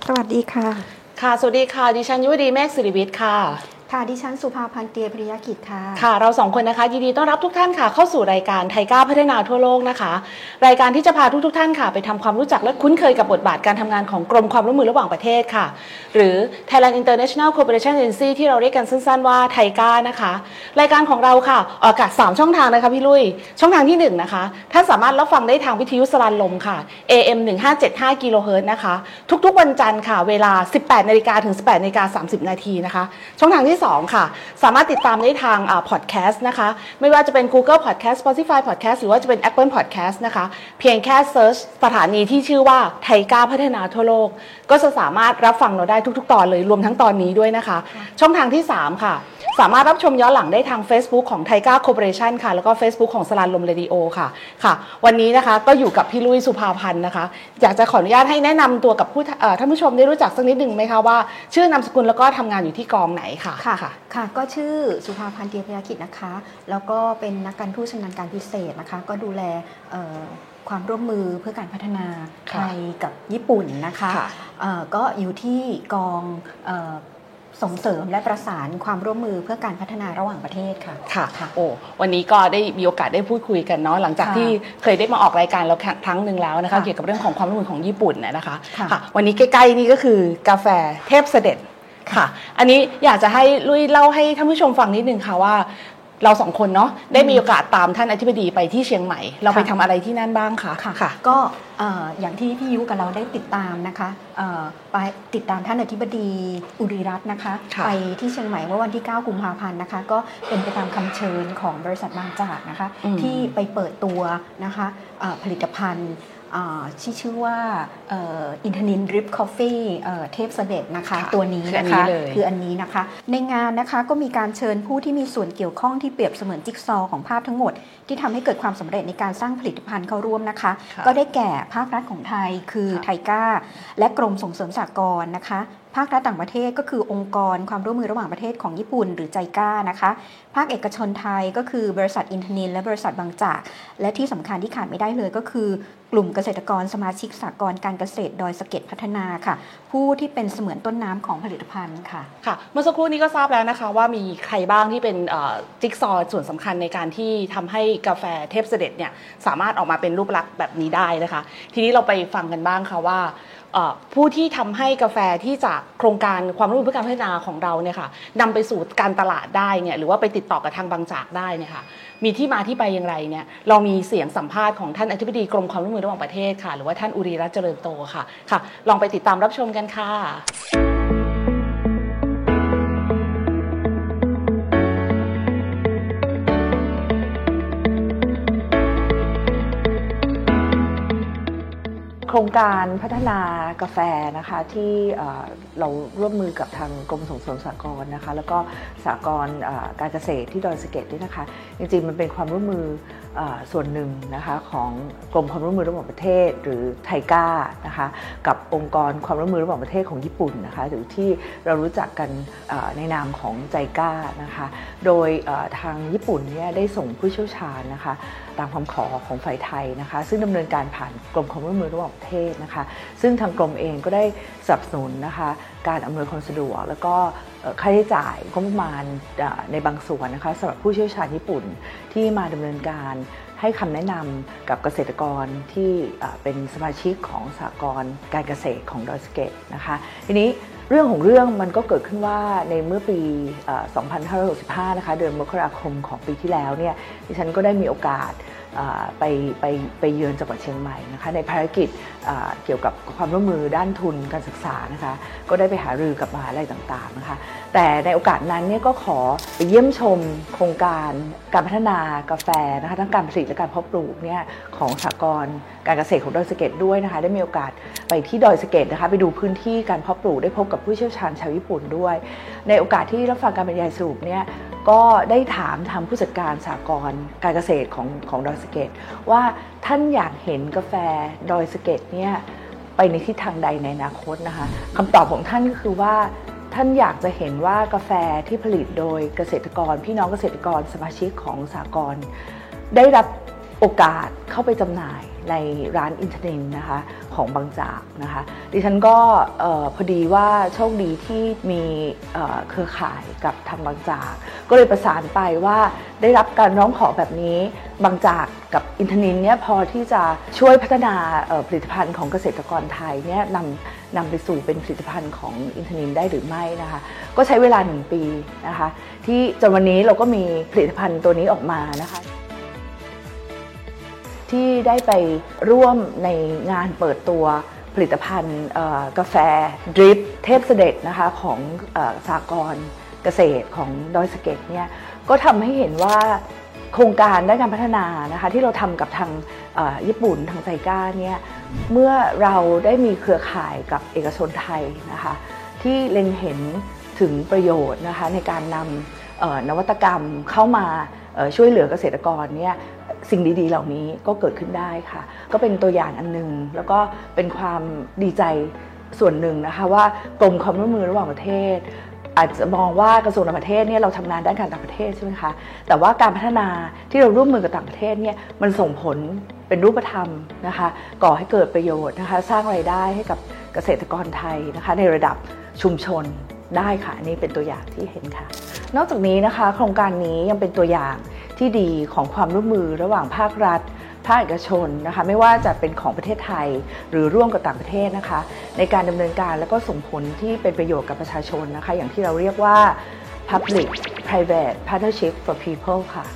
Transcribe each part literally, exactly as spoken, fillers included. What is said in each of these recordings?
สวัสดีค่ะค่ะสวัสดีค่ะดิฉันยุวดีเมฆศิริวิทย์ค่ะค่ะดิฉันสุภาพันธ์เตียปริยกิจค่ะค่ะเราสองคนนะคะยินดีต้อนรับทุกท่านค่ะเข้าสู่รายการไทก้าพัฒนาทั่วโลกนะคะรายการที่จะพาทุกๆท่านค่ะไปทำความรู้จักและคุ้นเคยกับบทบาทการทำงานของกรมความร่วมมือระหว่างประเทศค่ะหรือ Thailand International Cooperation Agency ที่เราเรียกกันสั้นๆว่าไทก้านะคะรายการของเราค่ะออกอากาศสามช่องทางนะคะพี่ลุยช่องทางที่หนึ่งนะคะท่านสามารถรับฟังได้ทางวิทยุสลันลมค่ะ เอ เอ็ม หนึ่งห้าเจ็ดห้า กิโลเฮิรตซ์นะคะทุกๆวันจันทร์ค่ะเวลา สิบแปดนาฬิกา ถึง สิบแปดนาฬิกาสามสิบนาทีนะคะช่องทางที่สองค่ะสามารถติดตามได้ทางพอดแคสต์นะคะไม่ว่าจะเป็น Google Podcast Spotify Podcast หรือว่าจะเป็น Apple Podcast นะคะเพียงแค่เซิร์ชสถานีที่ชื่อว่าไทก้าพัฒนาทั่วโลกก็จะสามารถรับฟังเราได้ทุกๆตอนเลยรวมทั้งตอนนี้ด้วยนะคะช่องทางที่สามค่ะสามารถรับชมย้อนหลังได้ทาง Facebook ของ Thaiga Corporation ค่ะแล้วก็ Facebook ของสลันลมเรดิโอค่ะค่ะวันนี้นะคะก็อยู่กับพี่ลุยสุภาพันธ์นะคะอยากจะขออนุญาตให้แนะนำตัวกับผู้ท่านผู้ชมได้รู้จักสักนิดหนึ่งไหมคะว่าชื่อนามสกุลแล้วก็ทำงานอยู่ที่กองไหนค่ะค่ะค่ะก็ชื่อสุภาพันธ์เตียปริยกิจนะคะแล้วก็เป็นนักการทูตชำนาญการพิเศษนะคะก็ดูแลความร่วมมือเพื่อการพัฒนาไทยกับญี่ปุ่นนะคะก็อยู่ที่กองส่งเสริมและประสานความร่วมมือเพื่อการพัฒนาระหว่างประเทศค่ะค่ะค่ะโอ้วันนี้ก็ได้มีโอกาสได้พูดคุยกันเนาะหลังจากที่เคยได้มาออกรายการเราครั้งหนึ่งแล้วนะคะเกี่ยวกับเรื่องของความร่วมมือของญี่ปุ่นนะคะค่ะวันนี้ใกล้ๆนี่ก็คือกาแฟเทพเสด็จค่ะอันนี้อยากจะให้ลุยเล่าให้ท่านผู้ชมฟังนิดนึงค่ะว่าเราสองคนเนาะได้มีโอกาสตามท่านอธิบดีไปที่เชียงใหม่เราไปทำอะไรที่นั่นบ้างคะค่ะก็อย่างที่พี่ยุกับเราได้ติดตามนะคะไปติดตามท่านอธิบดีอุริรัตน์นะคะไปที่เชียงใหม่เมื่อวันที่เก้ากุมภาพันธ์นะคะก็เป็นไปตามคำเชิญของบริษัทบางจากนะคะที่ไปเปิดตัวนะคะผลิตภัณฑ์ที่ชื่อว่าอินทนินดริปคอฟฟี่เทพเสด็จนะคะตัวนี้นะคะคืออันนี้นะคะในงานนะคะก็มีการเชิญผู้ที่มีส่วนเกี่ยวข้องที่เปรียบเสมือนจิ๊กซอว์ของภาพทั้งหมดที่ทำให้เกิดความสำเร็จในการสร้างผลิตภัณฑ์เข้าร่วมนะคะก็ได้แก่ภาครัฐของไทยคือไทก้าและกรมส่งเสริมสหกรณ์นะคะภาครัฐต่างประเทศก็คือองค์กรความร่วมมือระหว่างประเทศของญี่ปุ่นหรือไจก้านะคะภาคเอกชนไทยก็คือบริษัทอินทนินและบริษัทบางจากและที่สำคัญที่ขาดไม่ได้เลยก็คือกลุ่มเกษตรกรสมาชิกสหกรณ์การเกษตรดอยสะเก็ดพัฒนาค่ะผู้ที่เป็นเสมือนต้นน้ำของผลิตภัณฑ์ค่ะค่ะเมื่อสักครู่นี้ก็ทราบแล้วนะคะว่ามีใครบ้างที่เป็นจิ๊กซอว์ส่วนสำคัญในการที่ทำให้กาแฟเทพเสด็จเนี่ยสามารถออกมาเป็นรูปลักษณ์แบบนี้ได้นะคะทีนี้เราไปฟังกันบ้างค่ะว่าผู้ที่ทำให้กาแฟที่จากโครงการความร่วมมือเพื่อการพัฒนาของเราเนี่ยค่ะนำไปสู่การตลาดได้เนี่ยหรือว่าไปติดต่อกับทางบางจากได้เนี่ยค่ะมีที่มาที่ไปอย่างไรเนี่ยเรามีเสียงสัมภาษณ์ของท่านอธิบดีกรมความร่วมมือระหว่างประเทศค่ะหรือว่าท่านอุริรัตน์เจริญโตค่ะค่ะลองไปติดตามรับชมกันค่ะโครงการพัฒนากาแฟนะคะที่เราร่วมมือกับทางกรมส่งเสริมสหกรณ์นะคะแล้วก็สหกรณ์การเกษตรที่ดอยสะเก็ดด้วยนะคะจริงๆมันเป็นความร่วมมือส่วนหนึ่งนะคะของกรมความร่วมมือระหว่างประเทศหรือไทก้านะคะกับองค์กรความร่วมมือระหว่างประเทศของญี่ปุ่นนะคะหรือที่เรารู้จักกันในนามของไจก้านะคะโดยทางญี่ปุ่นเนี่ยได้ส่งผู้เชี่ยวชาญนะคะตามคำขอของฝ่ายไทยนะคะซึ่งดำเนินการผ่านกรมความร่วมมือระหว่างประเทศนะคะซึ่งทางกรมเองก็ได้สนับสนุนนะคะการอำนวยความสะดวกแล้วก็ค่าใช้จ่ายงบประมาณในบางส่วนนะคะสำหรับผู้เชี่ยวชาญญี่ปุ่นที่มาดำเนินการให้คำแนะนำกับเกษตรกรที่เป็นสมาชิกของสหกรณ์การเกษตรของดอยสะเก็ดนะคะทีนี้เรื่องของเรื่องมันก็เกิดขึ้นว่าในเมื่อปีสองพันห้าร้อยหกสิบห้านะคะเดือนมกราคมของปีที่แล้วเนี่ยดิฉันก็ได้มีโอกาสไปไปไปเยือนจังหวัดเชียงใหม่นะคะในภารกิจเกี่ยวกับความร่วมมือด้านทุนการศึกษานะคะก็ได้ไปหารือกับมหาวิทยาลัยต่างๆนะคะแต่ในโอกาสนั้นเนี่ยก็ขอไปเยี่ยมชมโครงการการพัฒนากาแฟนะคะทั้งการผลิตและการเพาะปลูกเนี่ยของสหกรณ์การเกษตรของดอยสะเก็ดด้วยนะคะได้มีโอกาสไปที่ดอยสะเก็ดนะคะไปดูพื้นที่การเพาะปลูกได้พบกับผู้เชี่ยวชาญชาวญี่ปุ่นด้วยในโอกาสที่รับฟังการบรรยายสรุปเนี่ยก็ได้ถามทางผู้จัดการสหกรณ์การเกษตรของของดอยสะเก็ดว่าท่านอยากเห็นกาแฟดอยสะเก็ดเนี่ยไปในทิศทางใดในอนาคตนะคะคำตอบของท่านก็คือว่าท่านอยากจะเห็นว่ากาแฟที่ผลิตโดยเกษตรกรพี่น้องเกษตรกรสมาชิกของสหกรณ์ได้รับโอกาสเข้าไปจำหน่ายในร้านอินทนินนะคะของบางจากนะคะดิฉันก็พอดีว่าโชคดีที่มีเครือข่ายกับทางบางจากก็เลยประสานไปว่าได้รับการร้องขอแบบนี้บางจากกับอินทนินเนี่ยพอที่จะช่วยพัฒนาผลิตภัณฑ์ของเกษตรกรไทยเนี่ยนำนำไปสู่เป็นผลิตภัณฑ์ของอินทนินได้หรือไม่นะคะก็ใช้เวลาหนึ่งปีนะคะที่จนวันนี้เราก็มีผลิตภัณฑ์ตัวนี้ออกมานะคะที่ได้ไปร่วมในงานเปิดตัวผลิตภัณฑ์กาแฟดริปเทพเสด็จนะคะของสหกรณ์เกษตรของดอยสะเก็ดเนี่ยก็ทำให้เห็นว่าโครงการด้านการพัฒนานะคะที่เราทำกับทางญี่ปุ่นทางไซก้าเนี่ยเมื่อเราได้มีเครือข่ายกับเอกชนไทยนะคะที่เล็งเห็นถึงประโยชน์นะคะในการนำนวัตกรรมเข้ามาช่วยเหลือเกษตรกรเนี่ยสิ่งดีๆเหล่านี้ก็เกิดขึ้นได้ค่ะก็เป็นตัวอย่างอันนึงแล้วก็เป็นความดีใจส่วนหนึ่งนะคะว่ากรมความร่วมมือระหว่างประเทศอาจจะมองว่ากระทรวงต่างประเทศเนี่ยเราทำงานด้านการต่างประเทศใช่ไหมคะแต่ว่าการพัฒนาที่เราร่วมมือกับต่างประเทศเนี่ยมันส่งผลเป็นรูปธรรมนะคะก่อให้เกิดประโยชน์นะคะสร้างรายได้ให้กับเกษตรกรไทยนะคะในระดับชุมชนได้ค่ะอันนี้เป็นตัวอย่างที่เห็นค่ะนอกจากนี้นะคะโครงการนี้ยังเป็นตัวอย่างที่ดีของความร่วมมือระหว่างภาครัฐภาคเอกชนนะคะไม่ว่าจะเป็นของประเทศไทยหรือร่วมกับต่างประเทศนะคะในการดำเนินการและก็ส่งผลที่เป็นประโยชน์กับประชาชนนะคะอย่างที่เราเรียกว่า Public Private Partnership for People ค่ะ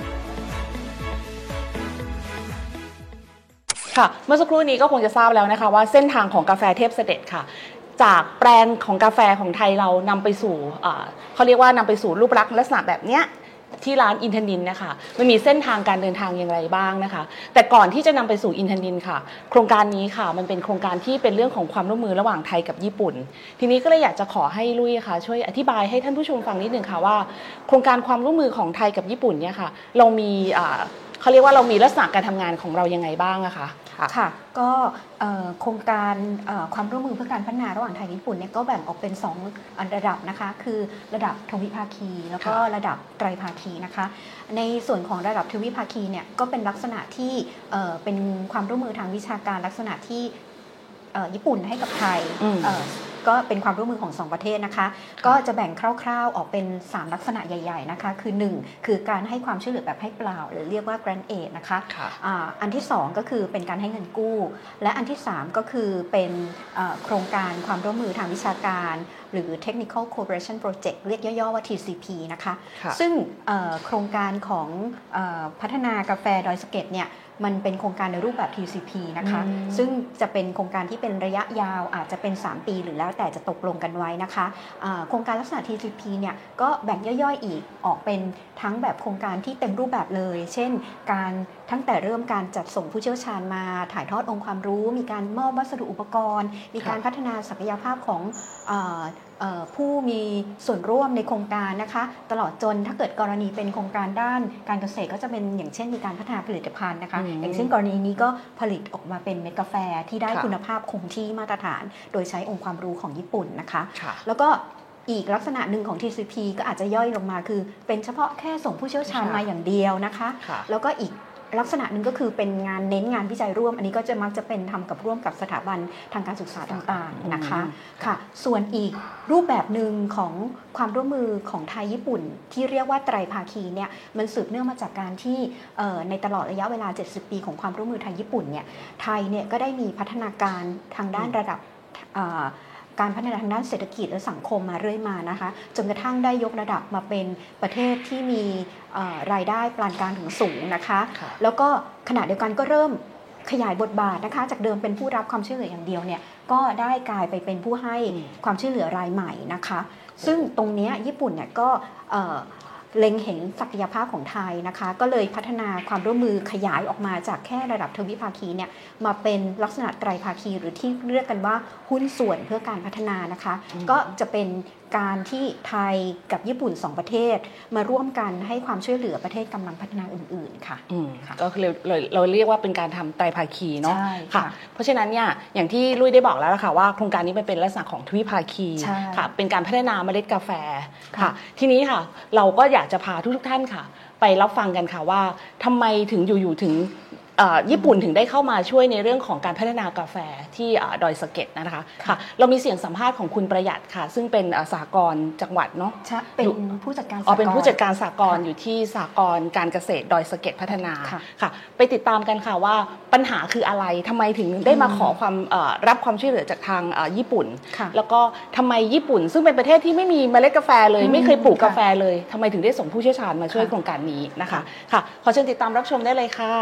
ค่ะเมื่อสักครู่นี้ก็คงจะทราบแล้วนะคะว่าเส้นทางของกาแฟเทพเสด็จค่ะจากแปลงของกาแฟของไทยเรานำไปสู่เขาเรียกว่านำไปสู่รูปลักษณ์ลักษณะแบบเนี้ยที่ร้านอินทนินนะคะมันมีเส้นทางการเดินทางอย่างไรบ้างนะคะแต่ก่อนที่จะนำไปสู่อินทนินค่ะโครงการนี้ค่ะมันเป็นโครงการที่เป็นเรื่องของความร่วมมือระหว่างไทยกับญี่ปุ่นทีนี้ก็เลยอยากจะขอให้ลุยค่ะช่วยอธิบายให้ท่านผู้ชมฟังนิดนึงค่ะว่าโครงการความร่วมมือของไทยกับญี่ปุ่นเนี่ยค่ะเรามีเขาเรียกว่าเรามีลักษณะการทำงานของเรายังไงบ้างอะคะค่ะก็โครงการความร่วมมือเพื่อการพัฒนาระหว่างไทยกับญี่ปุ่นเนี่ยก็แบ่งออกเป็นสองระดับนะคะคือระดับทวิภาคีแล้วก็ระดับไตรภาคีนะคะในส่วนของระดับทวิภาคีเนี่ยก็เป็นลักษณะที่เป็นความร่วมมือทางวิชาการลักษณะที่ญี่ปุ่นให้กับไทยก็เป็นความร่วมมือของสองประเทศนะคะก็จะแบ่งคร่าวๆออกเป็นสามลักษณะใหญ่ๆนะคะคือหนึ่งคือการให้ความช่วยเหลือแบบให้เปล่าหรือเรียกว่า grant aid นะคะอันที่สองก็คือเป็นการให้เงินกู้และอันที่สามก็คือเป็นโครงการความร่วมมือทางวิชาการหรือ Technical Cooperation Project เรียกย่อๆว่า ที ซี พี นะคะซึ่งโครงการของพัฒนากาแฟดอยสะเก็ดเนี่ยมันเป็นโครงการในรูปแบบ ที ซี พี นะคะซึ่งจะเป็นโครงการที่เป็นระยะยาวอาจจะเป็นสามปีหรือแล้วแต่จะตกลงกันไว้นะคะโครงการลักษณะ ที ซี พี เนี่ยก็แบ่งย่อยๆอีกออกเป็นทั้งแบบโครงการที่เต็มรูปแบบเลยเช่นการตั้งแต่เริ่มการจัดส่งผู้เชี่ยวชาญมาถ่ายทอดองค์ความรู้มีการมอบวัสดุอุปกรณ์มีการพัฒนาศักยภาพของผู้มีส่วนร่วมในโครงการนะคะตลอดจนถ้าเกิดกรณีเป็นโครงการด้านการเกษตรก็จะเป็นอย่างเช่นมีการพัฒนาผลิตภัณฑ์นะคะอย่างเช่นกรณีนี้ก็ผลิตออกมาเป็นเม็ดกาแฟที่ได้คุณภาพคงที่มาตรฐานโดยใช้องค์ความรู้ของญี่ปุ่นนะคะแล้วก็อีกลักษณะหนึ่งของ ที ซี พี ก็อาจจะย่อยลงมาคือเป็นเฉพาะแค่ส่งผู้เชี่ยวชาญมาอย่างเดียวนะคะแล้วก็อีกลักษณะหนึ่งก็คือเป็นงานเน้นงานวิจัยร่วมอันนี้ก็จะมักจะเป็นทำกับร่วมกับสถาบันทางการศึกษาต่างๆนะคะค่ะส่วนอีกรูปแบบหนึ่งของความร่วมมือของไทยญี่ปุ่นที่เรียกว่าไตรภาคีเนี่ยมันสืบเนื่องมาจากการที่ในตลอดระยะเวลาเจ็ดสิบปีของความร่วมมือไทยญี่ปุ่นเนี่ยไทยเนี่ยก็ได้มีพัฒนาการทางด้านระดับการพัฒนาทางด้านเศรษฐกิจและสังคมมาเรื่อยมานะคะจนกระทั่งได้ยกระดับมาเป็นประเทศที่มีรายได้ปานกลางถึงสูงนะคะแล้วก็ขณะเดียวกันก็เริ่มขยายบทบาทนะคะจากเดิมเป็นผู้รับความช่วยเหลืออย่างเดียวเนี่ยก็ได้กลายไปเป็นผู้ให้ความช่วยเหลือรายใหม่นะคะซึ่งตรงนี้ญี่ปุ่นเนี่ยก็เล็งเห็นศักยภาพของไทยนะคะก็เลยพัฒนาความร่วมมือขยายออกมาจากแค่ระดับทวิภาคีเนี่ยมาเป็นลักษณะไตรภาคีหรือที่เรียกกันว่าหุ้นส่วนเพื่อการพัฒนานะคะก็จะเป็นการที่ไทยกับญี่ปุ่นสองประเทศมาร่วมกันให้ความช่วยเหลือประเทศกำลังพัฒนาอื่นๆค่ะก็คือเราเราเรียกว่าเป็นการทำไตรภาคีเนาะค่ะเพราะฉะนั้นเนี่ยอย่างที่ลุยได้บอกแล้วค่ะว่าโครงการนี้มันเป็นลักษณะของทวิภาคีค่ะเป็นการพัฒนาเมล็ดกาแฟค่ะทีนี้ค่ะเราก็อยากจะพาทุกๆท่านค่ะไปรับฟังกันค่ะว่าทำไมถึงอยู่ๆถึงญี่ปุ่นถึงได้เข้ามาช่วยในเรื่องของการพัฒนากาแฟที่ดอยสะเก็ดนะคะค่ะเรามีเสียงสัมภาษณ์ของคุณประหยัดค่ะซึ่งเป็นสหกรณ์จังหวัดเนาะเป็นผู้จัดการสหกรณ์อ๋อเป็นผู้จัดการสหกรณ์อยู่ที่สหกรณ์การเกษตรดอยสะเก็ดพัฒนาค่ะไปติดตามกันค่ะว่าปัญหาคืออะไรทำไมถึงได้มาขอความรับความช่วยเหลือจากทางญี่ปุ่นแล้วก็ทำไมญี่ปุ่นซึ่งเป็นประเทศที่ไม่มีเมล็ดกาแฟเลยไม่เคยปลูกกาแฟเลยทำไมถึงได้ส่งผู้เชี่ยวชาญมาช่วยโครงการนี้นะคะค่ะขอเชิญติดตามรับชมได้เลยค่ะ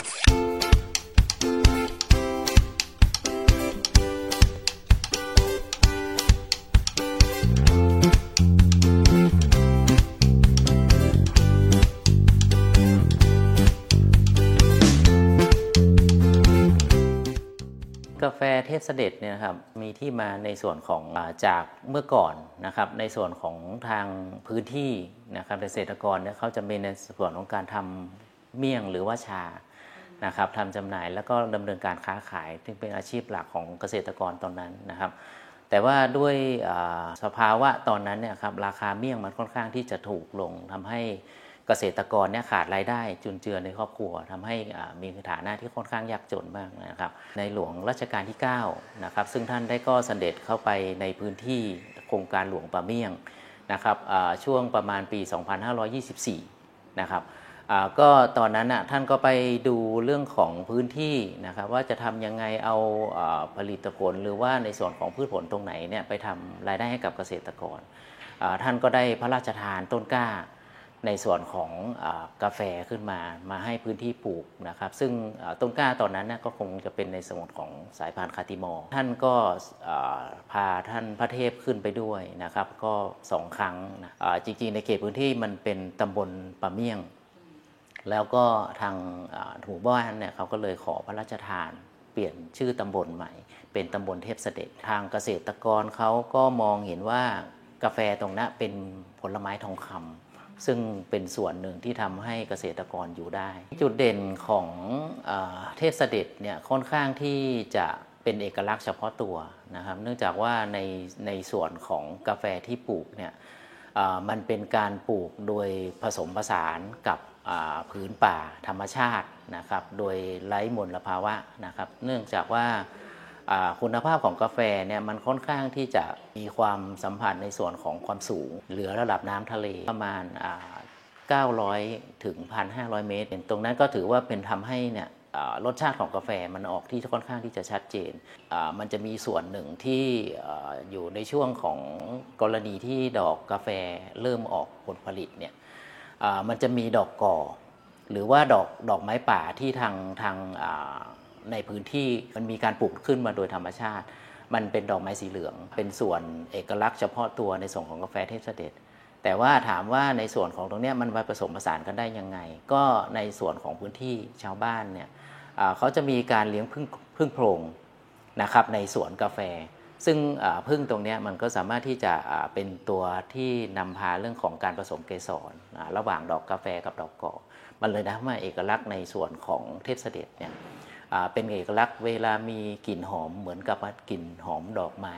กาแฟเทพเสด็จเนี่ยนะครับมีที่มาในส่วนของจากเมื่อก่อนนะครับในส่วนของทางพื้นที่นะครับเกษตรกรเนี่ยเขาจะมีในส่วนของการทำเมี่ยงหรือว่าชานะครับทำจำหน่ายแล้วก็ดำเนินการค้าขายซึ่งเป็นอาชีพหลักของเกษตรกรตอนนั้นนะครับแต่ว่าด้วยสภาวะตอนนั้นเนี่ยครับราคาเมี่ยงมันค่อนข้างที่จะถูกลงทำให้เกษตรกรเนี่ยขาดรายได้จุนเจือในครอบครัวทำให้มีฐานะที่ค่อนข้างยากจนมากนะครับในหลวงรัชกาลที่เก้านะครับซึ่งท่านได้ก็เสด็จเข้าไปในพื้นที่โครงการหลวงป่าเมี่ยงนะครับช่วงประมาณปี สองพันห้าร้อยยี่สิบสี่ นะครับก็ตอนนั้นน่ะท่านก็ไปดูเรื่องของพื้นที่นะครับว่าจะทำยังไงเอาผลิตผลหรือว่าในส่วนของพืชผลตรงไหนเนี่ยไปทำรายได้ให้กับเกษตรกรท่านก็ได้พระราชทานต้นกล้าในส่วนของกาแฟขึ้นมามาให้พื้นที่ปลูกนะครับซึ่งต้นกล้าตอนนั้นก็คงจะเป็นในส่วนของสายพันธุ์คาติมอร์ท่านก็พาท่านพระเทพขึ้นไปด้วยนะครับก็สองครั้งนะจริงๆในเขตพื้นที่มันเป็นตำบลป่าเมี่ยงแล้วก็ทางหมู่บ้านเนี่ยเขาก็เลยขอพระราชทานเปลี่ยนชื่อตำบลใหม่เป็นตำบลเทพเสด็จทางเกษตรกรเขาก็มองเห็นว่ากาแฟตรงนั้นเป็นผลไม้ทองคำซึ่งเป็นส่วนหนึ่งที่ทำให้เกษตรกรอยู่ได้จุดเด่นของเอ่อเทพเสด็จเนี่ยค่อนข้างที่จะเป็นเอกลักษณ์เฉพาะตัวนะครับเนื่องจากว่าในในส่วนของกาแฟที่ปลูกเนี่ยมันเป็นการปลูกโดยผสมผสานกับพื้นป่าธรรมชาตินะครับโดยไร้มลภาวะนะครับเนื่องจากว่าคุณภาพของกาแฟเนี่ยมันค่อนข้างที่จะมีความสัมพันธ์ในส่วนของความสูงเหลือระดับน้ำทะเลประมาณเก้าร้อยถึง หนึ่งพันห้าร้อย เมตรตรงนั้นก็ถือว่าเป็นทำให้เนี่ยรสชาติของกาแฟมันออกที่ค่อนข้างที่จะชัดเจนมันจะมีส่วนหนึ่งที่อยู่ในช่วงของกรณีที่ดอกกาแฟเริ่มออกผลผลิตเนี่ยมันจะมีดอกก่อหรือว่าดอกดอกไม้ป่าที่ทางทางในพื้นที่มันมีการปลูกขึ้นมาโดยธรรมชาติมันเป็นดอกไม้สีเหลืองเป็นส่วนเอกลักษณ์เฉพาะตัวในส่วนของกาแฟเทพเสด็จแต่ว่าถามว่าในส่วนของตรงนี้มันมาผสมผสานกันได้ยังไงก็ในส่วนของพื้นที่ชาวบ้านเนี่ยเขาจะมีการเลี้ยงผึ้งผึ้งโพรงนะครับในสวนกาแฟซึ่งผึ้งตรงนี้มันก็สามารถที่จะเป็นตัวที่นำพาเรื่องของการผสมเกสรระหว่างดอกกาแฟกับดอกกอมันเลยทำให้เอกลักษณ์ในส่วนของเทพเสด็จเนี่ยเป็นเอกลักษณ์เวลามีกลิ่นหอมเหมือนกับกลิ่นหอมดอกไม้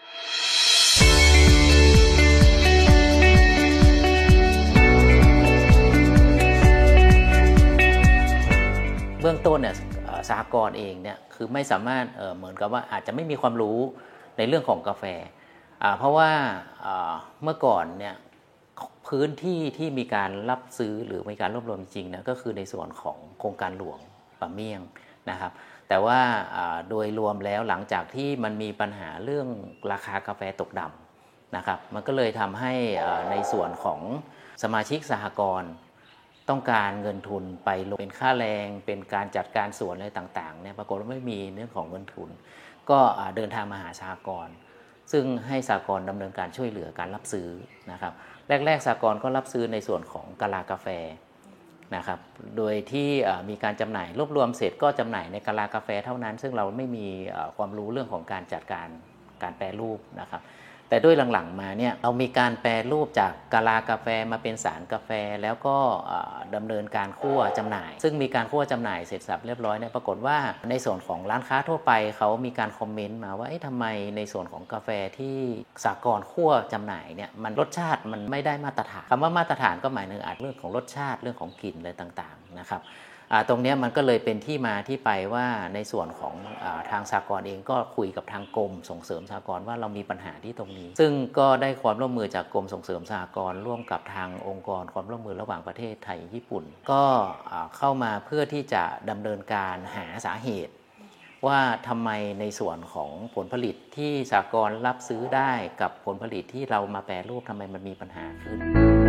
เบื้องต้นเนี่ยสหกรณ์เองเนี่ยคือไม่สามารถเอ่อเหมือนกับว่าอาจจะไม่มีความรู้ในเรื่องของกาแฟเพราะว่าเมื่อก่อนเนี่ยพื้นที่ที่มีการรับซื้อหรือมีการรวบรวมจริงๆนะก็คือในส่วนของโครงการหลวงป่าเมี่ยงนะครับแต่ว่าโดยรวมแล้วหลังจากที่มันมีปัญหาเรื่องราคากาแฟตกต่ำนะครับมันก็เลยทำให้ในส่วนของสมาชิกสหกรณ์ต้องการเงินทุนไปลงเป็นค่าแรงเป็นการจัดการสวนอะไรต่างๆเนี่ยปรากฏว่าไม่มีเรื่องของเงินทุนก็เดินทางมาหาสหกรณ์ซึ่งให้สหกรณ์ดำเนินการช่วยเหลือการรับซื้อนะครับแรกๆสหกรณ์ก็รับซื้อในส่วนของกะลากาแฟนะครับโดยที่มีการจำหน่ายรวบรวมเสร็จก็จำหน่ายในกะลากาแฟเท่านั้นซึ่งเราไม่มีความรู้เรื่องของการจัดการการแปรรูปนะครับแต่ด้วยหลังๆมาเนี่ยเรามีการแปรรูปจากกะลากาแฟมาเป็นสารกาแฟแล้วก็ดำเนินการคั่วจำหน่ายซึ่งมีการคั่วจำหน่ายเสร็จสับเรียบร้อยเนี่ยปรากฏว่าในส่วนของร้านค้าทั่วไปเขามีการคอมเมนต์มาว่าทำไมในส่วนของกาแฟที่สหกรณ์คั่วจำหน่ายเนี่ยมันรสชาติมันไม่ได้มาตรฐานคำว่ามาตรฐานก็หมายถึงอาจเรื่องของรสชาติเรื่องของกลิ่นอะไรต่างๆนะครับตรงนี้มันก็เลยเป็นที่มาที่ไปว่าในส่วนของอาทางสหกรณ์เองก็คุยกับทางกรมส่งเสริมสหกรณ์ว่าเรามีปัญหาที่ตรงนี้ซึ่งก็ได้ความร่วมมือจากกรมส่งเสริมสหกรณ์ร่วมกับทางองค์กรความร่วมมือระหว่างประเทศไทยญี่ปุ่นก็เข้ามาเพื่อที่จะดำเนินการหาสาเหตุว่าทำไมในส่วนของผลผลิตที่สหกรณ์รับซื้อได้กับผลผลิตที่เรามาแปรรูปทำไมมันมีปัญหาขึ้น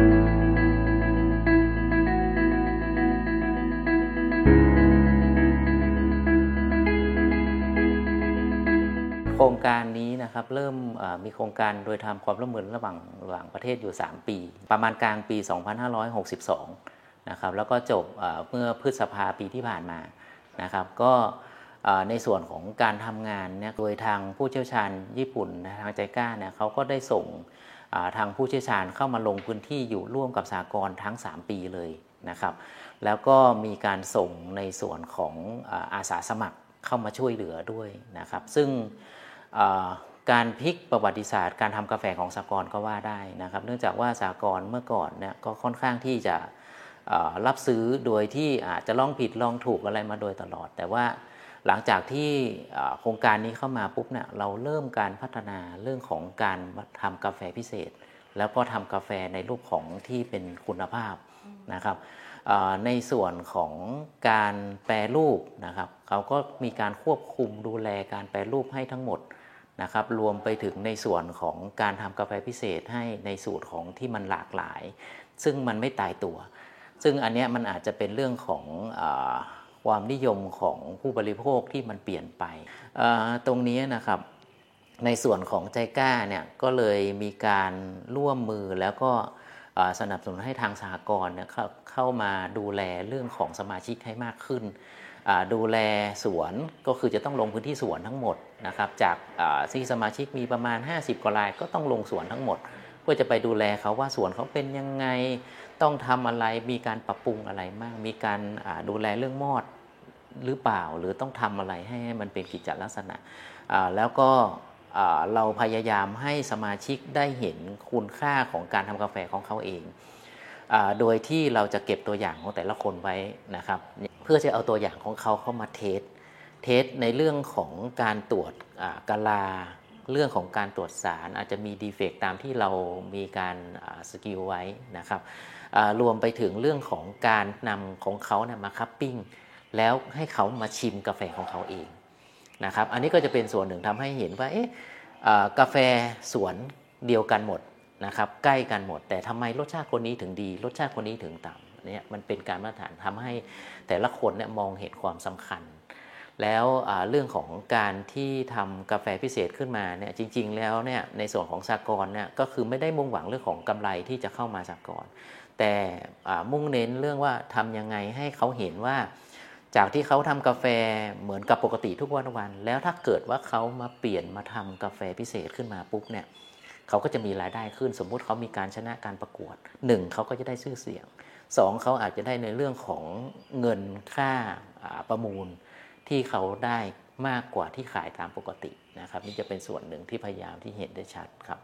โครงการนี้นะครับเริ่มมีโครงการโดยทำความร่วมมือระหว่างระหว่างประเทศอยู่สามปีประมาณกลางปีสองพันห้าร้อยหกสิบสองนะครับแล้วก็จบเมื่อพฤษภาปีที่ผ่านมานะครับก็ในส่วนของการทำงานเนี่ยโดยทางผู้เชี่ยวชาญญี่ปุ่นทางใจกล้าเนี่ยเขาก็ได้ส่งทางผู้เชี่ยวชาญเข้ามาลงพื้นที่อยู่ร่วมกับสหกรณ์ทั้งสามปีเลยนะครับแล้วก็มีการส่งในส่วนของอาสาสมัครเข้ามาช่วยเหลือด้วยนะครับซึ่งการพลิกประวัติศาสตร์การทำกาแฟของสหกรณ์ก็ว่าได้นะครับเนื่องจากว่าสหกรณ์เมื่อก่อนเนี่ยก็ค่อนข้างที่จะรับซื้อโดยที่อาจจะลองผิดลองถูกอะไรมาโดยตลอดแต่ว่าหลังจากที่โครงการนี้เข้ามาปุ๊บเนี่ยเราเริ่มการพัฒนาเรื่องของการทำกาแฟพิเศษแล้วก็ทำกาแฟในรูปของที่เป็นคุณภาพนะครับในส่วนของการแปรรูปนะครับเขาก็มีการควบคุมดูแลการแปรรูปให้ทั้งหมดนะครับรวมไปถึงในส่วนของการทำกาแฟพิเศษให้ในสูตรของที่มันหลากหลายซึ่งมันไม่ตายตัวซึ่งอันนี้มันอาจจะเป็นเรื่องของความนิยมของผู้บริโภคที่มันเปลี่ยนไปตรงนี้นะครับในส่วนของใจกล้าเนี่ยก็เลยมีการร่วมมือแล้วก็สนับสนุนให้ทางสหกรณ์เนี่ยเข้ามาดูแลเรื่องของสมาชิกให้มากขึ้นดูแลสวนก็คือจะต้องลงพื้นที่สวนทั้งหมดนะครับจากที่สมาชิกมีประมาณห้าสิบกว่ารายก็ต้องลงสวนทั้งหมดเพื่อจะไปดูแลเขาว่าสวนเขาเป็นยังไงต้องทำอะไรมีการปรับปรุงอะไรมากมีการดูแลเรื่องมอดหรือเปล่าหรือต้องทำอะไรให้มันเป็นกิจลักษณะแล้วก็เราพยายามให้สมาชิกได้เห็นคุณค่าของการทำกาแฟของเขาเองโดยที่เราจะเก็บตัวอย่างของแต่ละคนไว้นะครับเพื่อจะเอาตัวอย่างของเขาเข้ามาเทสเทสในเรื่องของการตรวจกะลาเรื่องของการตรวจสารอาจจะมีดีเฟกต์ตามที่เรามีการสกิลไว้นะครับรวมไปถึงเรื่องของการนำของเขาเนี่ยมาคัพปิ้งแล้วให้เขามาชิมกาแฟของเขาเองนะครับอันนี้ก็จะเป็นส่วนหนึ่งทำให้เห็นว่าเอ๊ะกาแฟสวนเดียวกันหมดนะครับใกล้กันหมดแต่ทำไมรสชาติคนนี้ถึงดีรสชาติคนนี้ถึงต่ำเนี่ยมันเป็นการมาตรฐานทำให้แต่ละคนเนี่ยมองเห็นความสำคัญแล้วเรื่องของการที่ทำกาแฟพิเศษขึ้นมาเนี่ยจริงๆแล้วเนี่ยในส่วนของสหกรณ์เนี่ยก็คือไม่ได้มุ่งหวังเรื่องของกำไรที่จะเข้ามาสหกรณ์แต่มุ่งเน้นเรื่องว่าทำยังไงให้เขาเห็นว่าจากที่เขาทำกาแฟเหมือนกับปกติทุกวันวันแล้วถ้าเกิดว่าเขามาเปลี่ยนมาทำกาแฟพิเศษขึ้นมาปุ๊บเนี่ยเขาก็จะมีรายได้ขึ้นสมมุติเขามีการชนะการประกวดหนึ่งเขาก็จะได้ชื่อเสียงสองเขาอาจจะได้ในเรื่องของเงินค่าประมูลที่เขาได้มากกว่าที่ขายตามปกตินะครับนี่จะเป็นส่วนหนึ่งที่พยายามที่เห็นได้ชัดครับ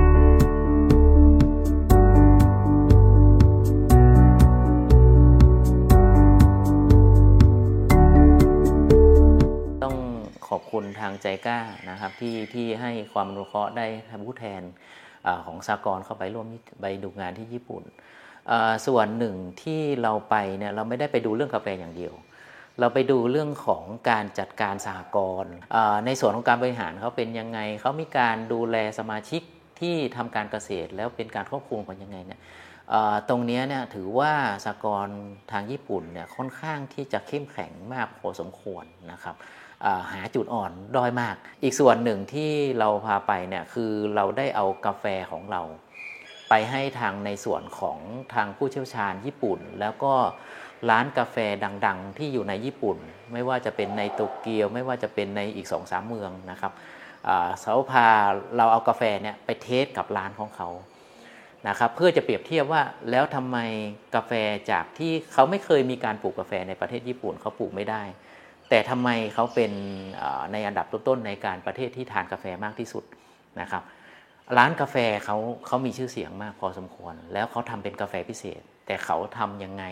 ต้องขอบคุณทางใจกล้านะครับที่ที่ให้ความอนุเคราะห์ได้ทำผู้แทนของสหกรณ์เข้าไปร่วมไปดูงานที่ญี่ปุ่นส่วนหนึ่งที่เราไปเนี่ยเราไม่ได้ไปดูเรื่องกาแฟอย่างเดียวเราไปดูเรื่องของการจัดการสหกรณ์ในส่วนของการบริหารเขาเป็นยังไงเขามีการดูแลสมาชิกที่ทำการเกษตรแล้วเป็นการควบคุมกันยังไงเนี่ยตรงนี้เนี่ยถือว่าสหกรณ์ทางญี่ปุ่นเนี่ยค่อนข้างที่จะเข้มแข็งมากพอสมควรนะครับหาจุดอ่อนด้อยมากอีกส่วนหนึ่งที่เราพาไปเนี่ยคือเราได้เอากาแฟของเราไปให้ทางในส่วนของทางผู้เชี่ยวชาญญี่ปุ่นแล้วก็ร้านกาแฟดังๆที่อยู่ในญี่ปุ่นไม่ว่าจะเป็นในโตเกียวไม่ว่าจะเป็นในอีก สองสาม เมืองนะครับเขาพาเราเอากาแฟเนี่ยไปเทสกับร้านของเขานะครับเพื่อจะเปรียบเทียบว่าแล้วทำไมกาแฟจากที่เขาไม่เคยมีการปลูกกาแฟในประเทศญี่ปุ่นเขาปลูกไม่ได้แต่ทำไมเขาเป็นในอันดับต้นๆในการประเทศที่ทานกาแฟมากที่สุดนะครับร้านกาแฟเขาเขามีชื่อเสียงมากพอสมควรแล้วเขาทำเป็นกาแฟพิเศษแต่เขาทำยังไงเข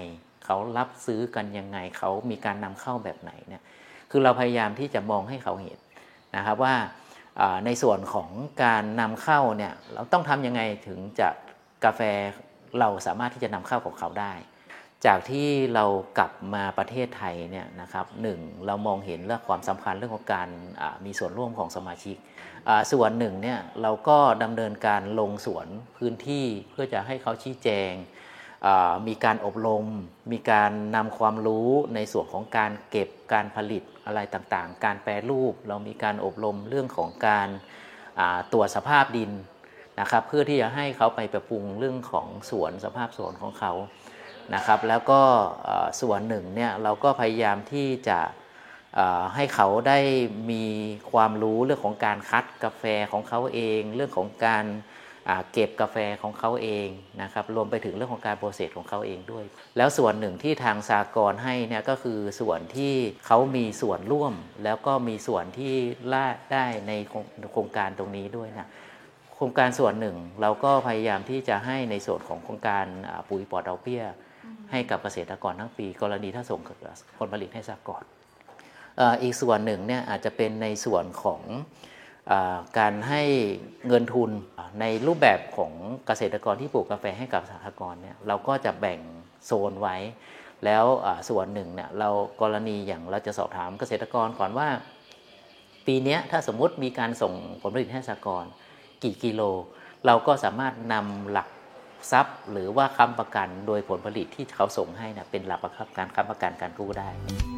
เขารับซื้อกันยังไงเขามีการนำเข้าแบบไหนเนี่ยคือเราพยายามที่จะมองให้เขาเห็นนะครับว่าในส่วนของการนำเข้าเนี่ยเราต้องทำยังไงถึงจะกาแฟเราสามารถที่จะนำเข้าของเขาได้จากที่เรากลับมาประเทศไทยเนี่ยนะครับหนึ่งเรามองเห็นเรื่องความสำคัญเรื่องของการมีส่วนร่วมของสมาชิกส่วนหนึ่งเนี่ยเราก็ดำเนินการลงสวนพื้นที่เพื่อจะให้เขาชี้แจงมีการอบรมมีการนำความรู้ในส่วนของการเก็บการผลิตอะไรต่างๆการแปรรูปเรามีการอบรมเรื่องของการตรวจสภาพดินนะครับเพื่อที่จะให้เขาไปปรับปรุงเรื่องของสวนสภาพสวนของเขานะครับแล้วก็ส่วนหนึ่งเนี่ยเราก็พยายามที่จะให้เขาได้มีความรู้เรื่องของการคัดกาแฟของเขาเองเรื่องของการเก็บกาแฟของเขาเองนะครับรวมไปถึงเรื่องของการโปรเซสของเขาเองด้วยแล้วส่วนหนึ่งที่ทางสหกรณ์ให้เนี่ยก็คือส่วนที่เขามีส่วนร่วมแล้วก็มีส่วนที่ล่าได้ในโครงการตรงนี้ด้วยนะโครงการส่วนหนึ่งเราก็พยายามที่จะให้ในส่วนของโครงการปุ๋ยปลอดดอกเบี้ยให้กับเกษตรกรทั้งปีกรณีถ้าส่งผลผลิตให้สหกรณ์อีกส่วนหนึ่งเนี่ยอาจจะเป็นในส่วนของการให้เงินทุนในรูปแบบของเกษตรกรที่ปลูกกาแฟให้กับสหกรณ์เนี่ยเราก็จะแบ่งโซนไว้แล้วส่วนหนึ่งเนี่ยเรากรณีอย่างเราจะสอบถามเกษตรกรก่อนว่าปีนี้ถ้าสมมุติมีการส่งผลผลิตให้สหกรณ์กี่กิโลเราก็สามารถนำหลักทรัพย์หรือว่าค้ำประกันโดยผลผลิตที่เขาส่งให้นะเป็นหลักประกันการค้ำประกันการกู้ได้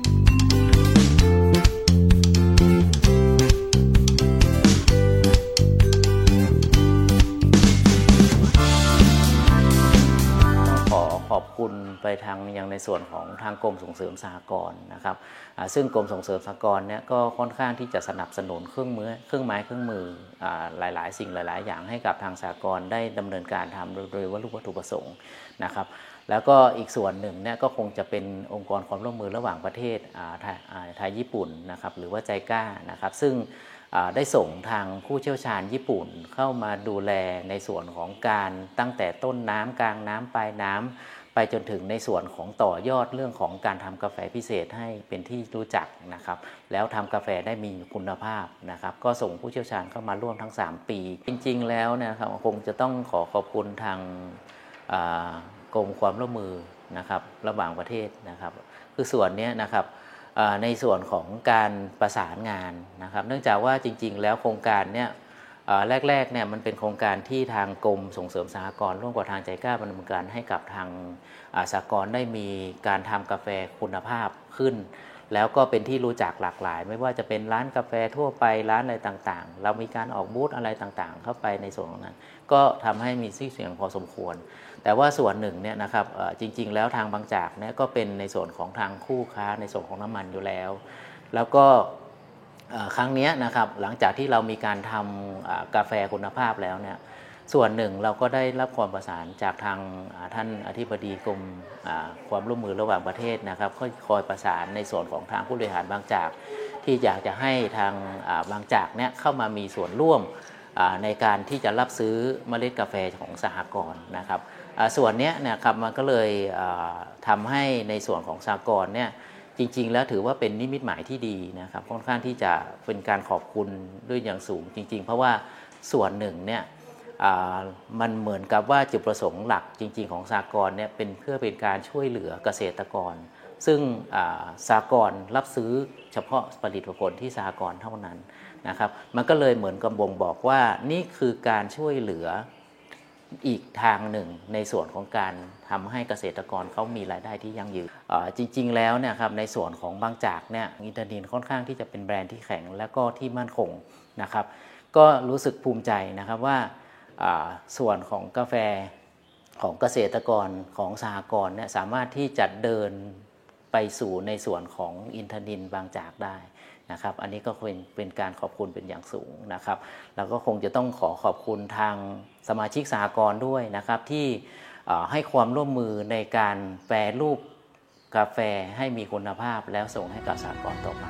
ขอบคุณไปทางยังในส่วนของทางกรมส่งเสริมสหกรณ์นะครับซึ่งกรมส่งเสริมสหกรณ์เนี่ยก็ค่อนข้างที่จะสนับสนุนเครื่องมือเครื่องไม้เครื่องมือหลายๆสิ่งหลายๆอย่างให้กับทางสหกรณ์ได้ดำเนินการทำโดยวัตถุวัตถุประสงค์นะครับแล้วก็อีกส่วนหนึ่งเนี่ยก็คงจะเป็นองค์กรความร่วมมือระหว่างประเทศไทยญี่ปุ่นนะครับหรือว่าใจกล้านะครับซึ่งได้ส่งทางผู้เชี่ยวชาญญี่ปุ่นเข้ามาดูแลในส่วนของการตั้งแต่ต้นน้ำกลางน้ำปลายน้ำไปจนถึงในส่วนของต่อยอดเรื่องของการทำกาแฟพิเศษให้เป็นที่รู้จักนะครับแล้วทำกาแฟได้มีคุณภาพนะครับก็ส่งผู้เชี่ยวชาญเข้ามาร่วมทั้งสามปีจริงๆแล้วนะครับคงจะต้องขอขอบคุณทางกรมความร่วมมือนะครับระหว่างประเทศนะครับคือส่วนนี้นะครับในส่วนของการประสานงานนะครับเนื่องจากว่าจริงๆแล้วโครงการเนี้ยแรกๆเนี่ยมันเป็นโครงการที่ทางกรมส่งเสริมสหกรณ์ร่วมกับทางใจกล้าดำเนินการให้กับทางสหกรณ์ได้มีการทำกาแฟคุณภาพขึ้นแล้วก็เป็นที่รู้จักหลากหลายไม่ว่าจะเป็นร้านกาแฟทั่วไปร้านอะไรต่างๆเรามีการออกบูธอะไรต่างๆเข้าไปในส่วนของนั้นก็ทำให้มีชื่อเสียงพอสมควรแต่ว่าส่วนหนึ่งเนี่ยนะครับจริงๆแล้วทางบางจากเนี่ยก็เป็นในส่วนของทางคู่ค้าในส่วนของน้ำมันอยู่แล้วแล้วก็ครั้งนี้นะครับหลังจากที่เรามีการทำกาแฟคุณภาพแล้วเนี่ยส่วนหนึ่งเราก็ได้รับความประสานจากทางท่านอธิบดีกรมความร่วมมือระหว่างประเทศนะครับก็คอยประสานในส่วนของทางผู้บริหารบางจากที่อยากจะให้ทางบางจากเนี่ยเข้ามามีส่วนร่วมในการที่จะรับซื้อเมล็ดกาแฟของสหกรณ์นะครับส่วนนี้นะครับมันก็เลยทำให้ในส่วนของสหกรณ์เนี่ยจริงๆแล้วถือว่าเป็นนิมิตหมายที่ดีนะครับค่อนข้างที่จะเป็นการขอบคุณด้วยอย่างสูงจริงๆเพราะว่าส่วนหนึ่งเนี่ยมันเหมือนกับว่าจุดประสงค์หลักจริงๆของสหกรณ์เนี่ยเป็นเพื่อเป็นการช่วยเหลือเกษตรกรซึ่งสหกรณ์รับซื้อเฉพาะผลิตผลที่สหกรณ์เท่านั้นนะครับมันก็เลยเหมือนกับบ่งบอกว่านี่คือการช่วยเหลืออีกทางหนึ่งในส่วนของการทำให้เกษตรกรเขามีรายได้ที่ยั่งยืนจริงๆแล้วเนี่ยครับในส่วนของบางจากเนี่ยอินเตอร์นินค่อนข้างที่จะเป็นแบรนด์ที่แข็งและก็ที่มั่นคงนะครับก็รู้สึกภูมิใจนะครับว่าส่วนของกาแฟของเกษตรกรของสหกรณ์เนี่ยสามารถที่จะเดินไปสู่ในส่วนของอินเตอร์นินบางจากได้นะครับอันนี้ก็เป็นเป็นการขอบคุณเป็นอย่างสูงนะครับแล้วก็คงจะต้องขอขอบคุณทางสมาชิกสหกรณ์ด้วยนะครับที่ให้ความร่วมมือในการแปรรูปกาแฟให้มีคุณภาพแล้วส่งให้กับสหกรณ์ต่อไป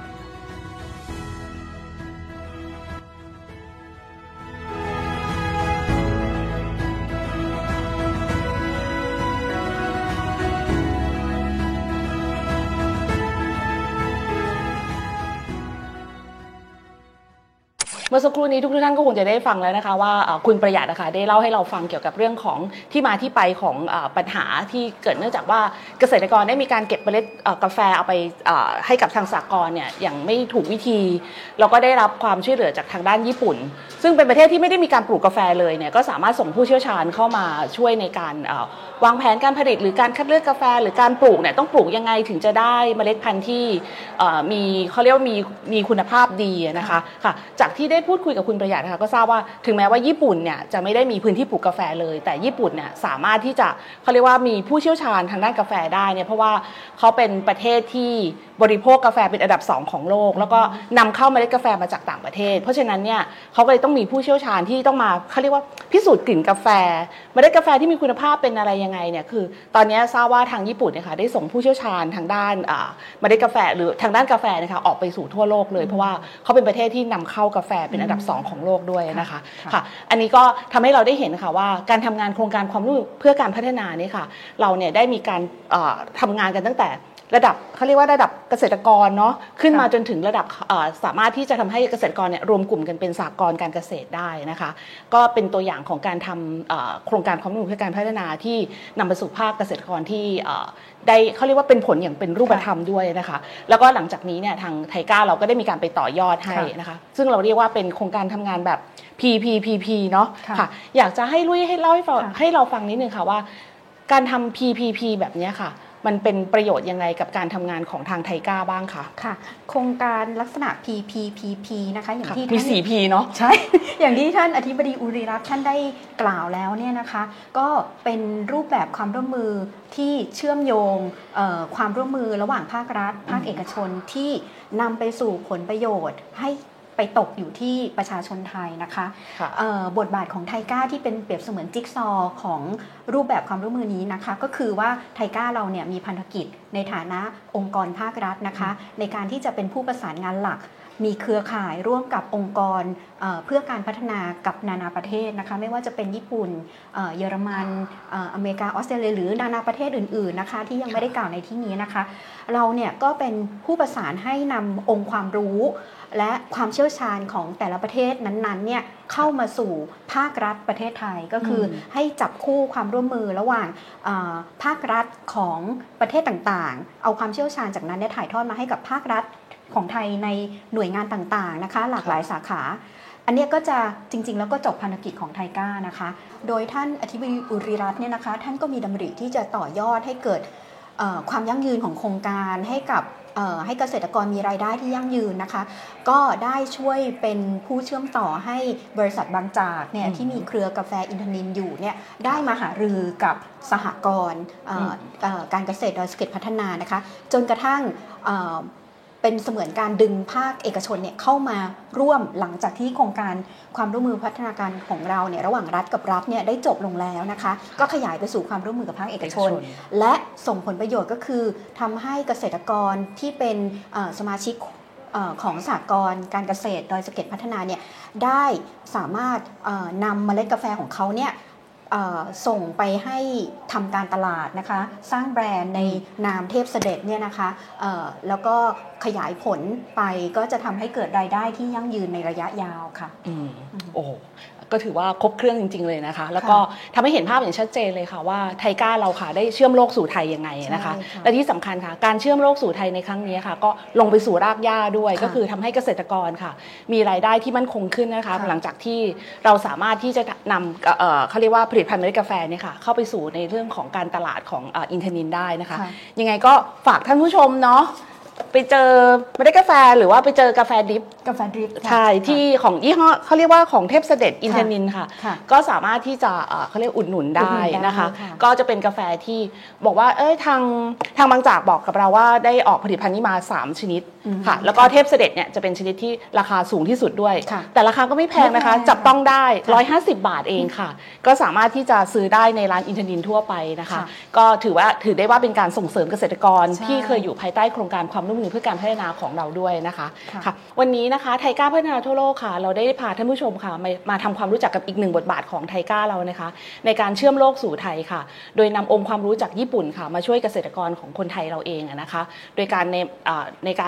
เมื่อสักครู่นี้ทุกท่านก็คงจะได้ฟังแล้วนะคะว่าคุณประหยัดนะคะได้เล่าให้เราฟังเกี่ยวกับเรื่องของที่มาที่ไปของปัญหาที่เกิดเนื่องจากว่าเกษตรกรได้มีการเก็บเมล็ดกาแฟเอาไปให้กับทางสหกรณ์เนี่ยอย่างไม่ถูกวิธีแล้วก็ได้รับความช่วยเหลือจากทางด้านญี่ปุ่นซึ่งเป็นประเทศที่ไม่ได้มีการปลูกกาแฟเลยเนี่ยก็สามารถส่งผู้เชี่ยวชาญเข้ามาช่วยในการวางแผนการผลิตหรือการคัดเลือกกาแฟหรือการปลูกเนี่ยต้องปลูกยังไงถึงจะได้เมล็ดพันธุ์ที่มีเขาเรียกว่ามีมีคุณภาพดีนะคะค่ะจากที่ได้พูดคุยกับคุณประหยัดนะคะก็ทราบว่าถึงแม้ว่าญี่ปุ่นเนี่ยจะไม่ได้มีพื้นที่ปลูกกาแฟเลยแต่ญี่ปุ่นเนี่ยสามารถที่จะเขาเรียกว่ามีผู้เชี่ยวชาญทางด้านกาแฟได้เนี่ยเพราะว่าเขาเป็นประเทศที่บริโภคกาแฟเป็นอันดับสองของโลกแล้วก็นำเข้าเมล็ดกาแฟมาจากต่างประเทศเพราะฉะนั้นเนี่ยเขาก็เลยต้องมีผู้เชี่ยวชาญที่ต้องมาเขาเรียกว่าพิสูจน์กลิ่นกาแฟเมล็ดกาแฟที่มีคุณภาพเป็นอะไรยังไงเนี่ยคือตอนนี้ทราบว่าทางญี่ปุ่นเนี่ยค่ะได้ส่งผู้เชี่ยวชาญทางด้านเมล็ดกาแฟหรือทางด้านกาแฟนะคะออกไปสู่ทั่วโลกเลยเพราะว่าเขาเป็นประเทศที่นำเข้ากาแฟเป็นอันดับสองของโลกด้วยนะคะค่ะอันนี้ก็ทำให้เราได้เห็นค่ะว่าการทำงานโครงการความรู้เพื่อการพัฒนานี่ค่ะเราเนี่ยได้มีการทำงานกันตั้งแต่ระดับเขาเรียกว่าระดับเกษตรกรเนาะขึ้นมาจนถึงระดับสามารถที่จะทำให้เกษตรกรเนี่ยรวมกลุ่มกันเป็นสหกรณ์การเกษตรได้นะคะก็เป็นตัวอย่างของการทำโครงการความรู้เพื่อการพัฒนาที่นำไปสู่ภาคเกษตรกรที่ได้เขาเรียกว่าเป็นผลอย่างเป็นรูปธรรมด้วยนะคะแล้วก็หลังจากนี้เนี่ยทางไทก้าเราก็ได้มีการไปต่อยอดให้นะคะซึ่งเราเรียกว่าเป็นโครงการทำงานแบบ พี พี พี พี เนาะค่ะอยากจะให้ลุยให้เล่าให้ฟังให้เราฟังนิดนึงค่ะว่าการทำ พี พี พี แบบนี้ค่ะมันเป็นประโยชน์ยังไงกับการทำงานของทางไทก้าบ้างคะค่ะโครงการลักษณะ พี พี พี พี นะคะอย่างที่มี สี่ พี เนาะใช่ อย่างที่ท่านอธิบดีอุริรัตน์ท่านได้กล่าวแล้วเนี่ยนะคะก็เป็นรูปแบบความร่วมมือที่เชื่อมโยงความร่วมมือระหว่างภาครัฐภาคเอกชนที่นำไปสู่ผลประโยชน์ให้ไปตกอยู่ที่ประชาชนไทยนะคะบทบาทของไทก้าที่เป็นเปรียบเสมือนจิ๊กซอว์ของรูปแบบความร่วมมือนี้นะคะก็คือว่าไทก้าเราเนี่ยมีพันธกิจในฐานะองค์กรภาครัฐนะคะในการที่จะเป็นผู้ประสานงานหลักมีเครือข่ายร่วมกับองค์กรเ, เพื่อการพัฒนากับนานาประเทศนะคะไม่ว่าจะเป็นญี่ปุ่นเยอรมันอเมริกาออสเตรเลียหรือนานาประเทศอื่นๆนะคะที่ยังไม่ได้กล่าวในที่นี้นะคะเราเนี่ยก็เป็นผู้ประสานให้นำองค์ความรู้และความเชี่ยวชาญของแต่ละประเทศนั้นๆเนี่ยเข้ามาสู่ภาครัฐประเทศไทยก็คือให้จับคู่ความร่วมมือระหว่างภาครัฐของประเทศต่างๆเอาความเชี่ยวชาญจากนั้นเนี่ยถ่ายทอดมาให้กับภาครัฐของไทยในหน่วยงานต่างๆนะคะหลากหลายสาขาอันนี้ก็จะจริงๆแล้วก็จบภารกิจของไทก้านะคะโดยท่านอธิบดีอุริรัตน์เนี่ยนะคะท่านก็มีดำริที่จะต่อยอดให้เกิดความยั่งยืนของโครงการให้กับให้เกษตรกรมีรายได้ที่ยั่งยืนนะคะก็ได้ช่วยเป็นผู้เชื่อมต่อให้บริษัทบางจากเนี่ยที่มีเครือกาแฟอินทนินอยู่เนี่ยได้มาหารือกับสหกรณ์การเกษตรดอยสะเก็ดพัฒนานะคะจนกระทั่งเป็นเสมือนการดึงภาคเอกชนเนี่ยเข้ามาร่วมหลังจากที่โครงการความร่วมมือพัฒนาการของเราเนี่ยระหว่างรัฐกับรัฐเนี่ยได้จบลงแล้วนะคะก็ขยายไปสู่ความร่วมมือกับภาคเอกชนและส่งผลประโยชน์ก็คือทำให้เกษตรกรที่เป็นสมาชิกของสหกรณ์การเกษตรดอยสะเก็ดพัฒนาเนี่ยได้สามารถนำเมล็ดกาแฟของเขาเนี่ยส่งไปให้ทำการตลาดนะคะสร้างแบรนด์ในนามเทพเสด็จเนี่ยนะคะแล้วก็ขยายผลไปก็จะทำให้เกิดรายได้ที่ยั่งยืนในระยะยาวค่ะอืมโอ้ก็ถือว่าครบเครื่องจริงๆเลยนะคะแล้วก็ทำให้เห็นภาพอย่างชัดเจนเลยค่ะว่าไทก้าเราค่ะได้เชื่อมโลกสู่ไทยยังไงนะคะและที่สำคัญค่ะการเชื่อมโลกสู่ไทยในครั้งนี้ค่ะก็ลงไปสู่รากหญ้าด้วยก็คือทำให้เกษตรกรค่ะมีรายได้ที่มั่นคงขึ้นนะคะหลังจากที่เราสามารถที่จะนำเขาเรียกว่าผลิตภัณฑ์เมล็ดกาแฟเนี่ยค่ะเข้าไปสู่ในเรื่องของการตลาดของอินเทอร์นินได้นะคะยังไงก็ฝากท่านผู้ชมเนาะไปเจอเมล็ดกาแฟหรือว่าไปเจอกาแฟดริปกาแฟดริปใช่ที่ของยี่ห้อเขาเรียกว่าของเทพเสด็จอินเทอร์นินค่ะก็สามารถที่จะเขาเรียกอุดหนุนได้นะคะก็จะเป็นกาแฟที่บอกว่าเอ้ยทางทางบางจากบอกกับเราว่าได้ออกผลิตภัณฑ์นี้มาสามชนิดค่ะแล้วก็เทพเสด็จเนี่ยจะเป็นชนิดที่ราคาสูงที่สุดด้วยแต่ราคาก็ไม่แพงนะคะจับต้องได้หนึ่งร้อยห้าสิบบาทเองค่ะก็สามารถที่จะซื้อได้ในร้านอินเทอร์นินทั่วไปนะคะก็ถือว่าถือได้ว่าเป็นการส่งเสริมเกษตรกรที่เคยอยู่ภายใต้โครงการความร่วมมือเพื่อการพัฒนาของเราด้วยนะคะค่ะวันนี้นะคะไทก้าพัฒนาทั่วโลกค่ะเราได้พาท่านผู้ชมค่ะมามาทำความรู้จักกับอีกหนึ่งบทบาทของไทก้าเรานะคะในการเชื่อมโลกสู่ไทยค่ะโดยนำองค์ความรู้จากญี่ปุ่นค่ะมาช่วยเกษตรกรของคนไทยเราเองนะคะโดยการในในการ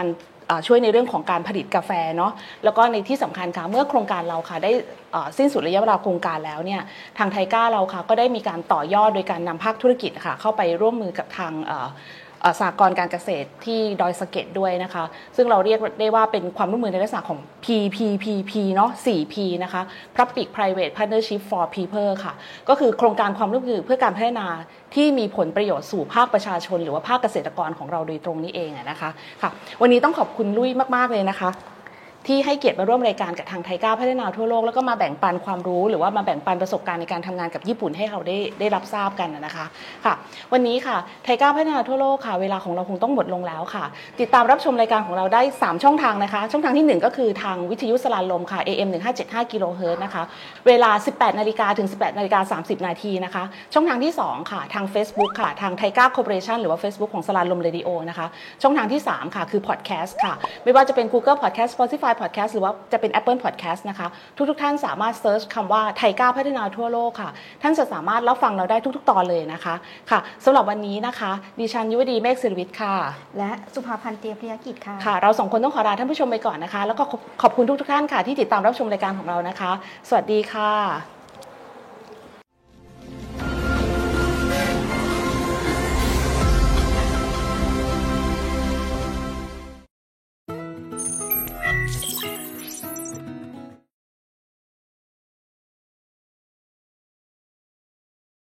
ช่วยในเรื่องของการผลิตกาแฟเนาะแล้วก็ในที่สำคัญค่ะเมื่อโครงการเราค่ะได้สิ้นสุดระยะเวลาโครงการแล้วเนี่ยทางไทก้าเราค่ะก็ได้มีการต่อยอดโดยการนำภาคธุรกิจค่ะเข้าไปร่วมมือกับทางสหกรณ์การเกษตรที่ดอยสะเก็ดด้วยนะคะซึ่งเราเรียกได้ว่าเป็นความร่วมมือในลักษณะของ พี พี พี พี เนาะ โฟร์ พี นะคะ Public Private Partnership for People ค่ะก็คือโครงการความร่วมมือเพื่อการพัฒนาที่มีผลประโยชน์สู่ภาคประชาชนหรือว่าภาคเกษตรกรของเราโดยตรงนี้เองนะคะค่ะวันนี้ต้องขอบคุณลุยมากๆเลยนะคะที่ให้เกียรติมาร่วมรายการกับทางไทก้าพัฒนาทั่วโลกแล้วก็มาแบ่งปันความรู้หรือว่ามาแบ่งปันประสบการณ์ในการทำงานกับญี่ปุ่นให้เราได้ได้รับทราบกันนะคะค่ะวันนี้ค่ะไทก้าพัฒนาทั่วโลกค่ะเวลาของเราคงต้องหมดลงแล้วค่ะติดตามรับชมรายการของเราได้สามช่องทางนะคะช่องทางที่หนึ่งก็คือทางวิทยุสลาลมค่ะ เอ เอ็ม หนึ่งพันห้าร้อยเจ็ดสิบห้า กิโลเฮิรตซ์นะคะเวลา สิบแปดนาฬิกา ถึง สิบแปดนาฬิกาสามสิบ นาทีนะคะช่องทางที่สองค่ะทาง Facebook ค่ะทางไทก้าคอร์ปอเรชั่นหรือว่า Facebook ของสลาลมเรดิโอนะคะช่องทางที่สามค่ะคือพอดแคสต์ค่ะไม่ว่าจะเป็น Google Podcast Spotify Podcast หรือว่าจะเป็น Apple Podcast นะคะทุกๆท่านสามารถเซิร์ชคำว่าไทก้าพัฒนาทั่วโลกค่ะท่านจะสามารถรับฟังเราได้ทุกๆตอนเลยนะคะค่ะสำหรับวันนี้นะคะดิฉันยุวดีเมฆศิริวิทย์ค่ะและสุภาพันธ์เตียพริยกิจค่ะค่ะเราสองคนต้องขอลาท่านผู้ชมไปก่อนนะคะแล้วก็ขอบคุณทุกๆท่านค่ะที่ติดตามรับชมรายการของเรานะคะสวัสดีค่ะ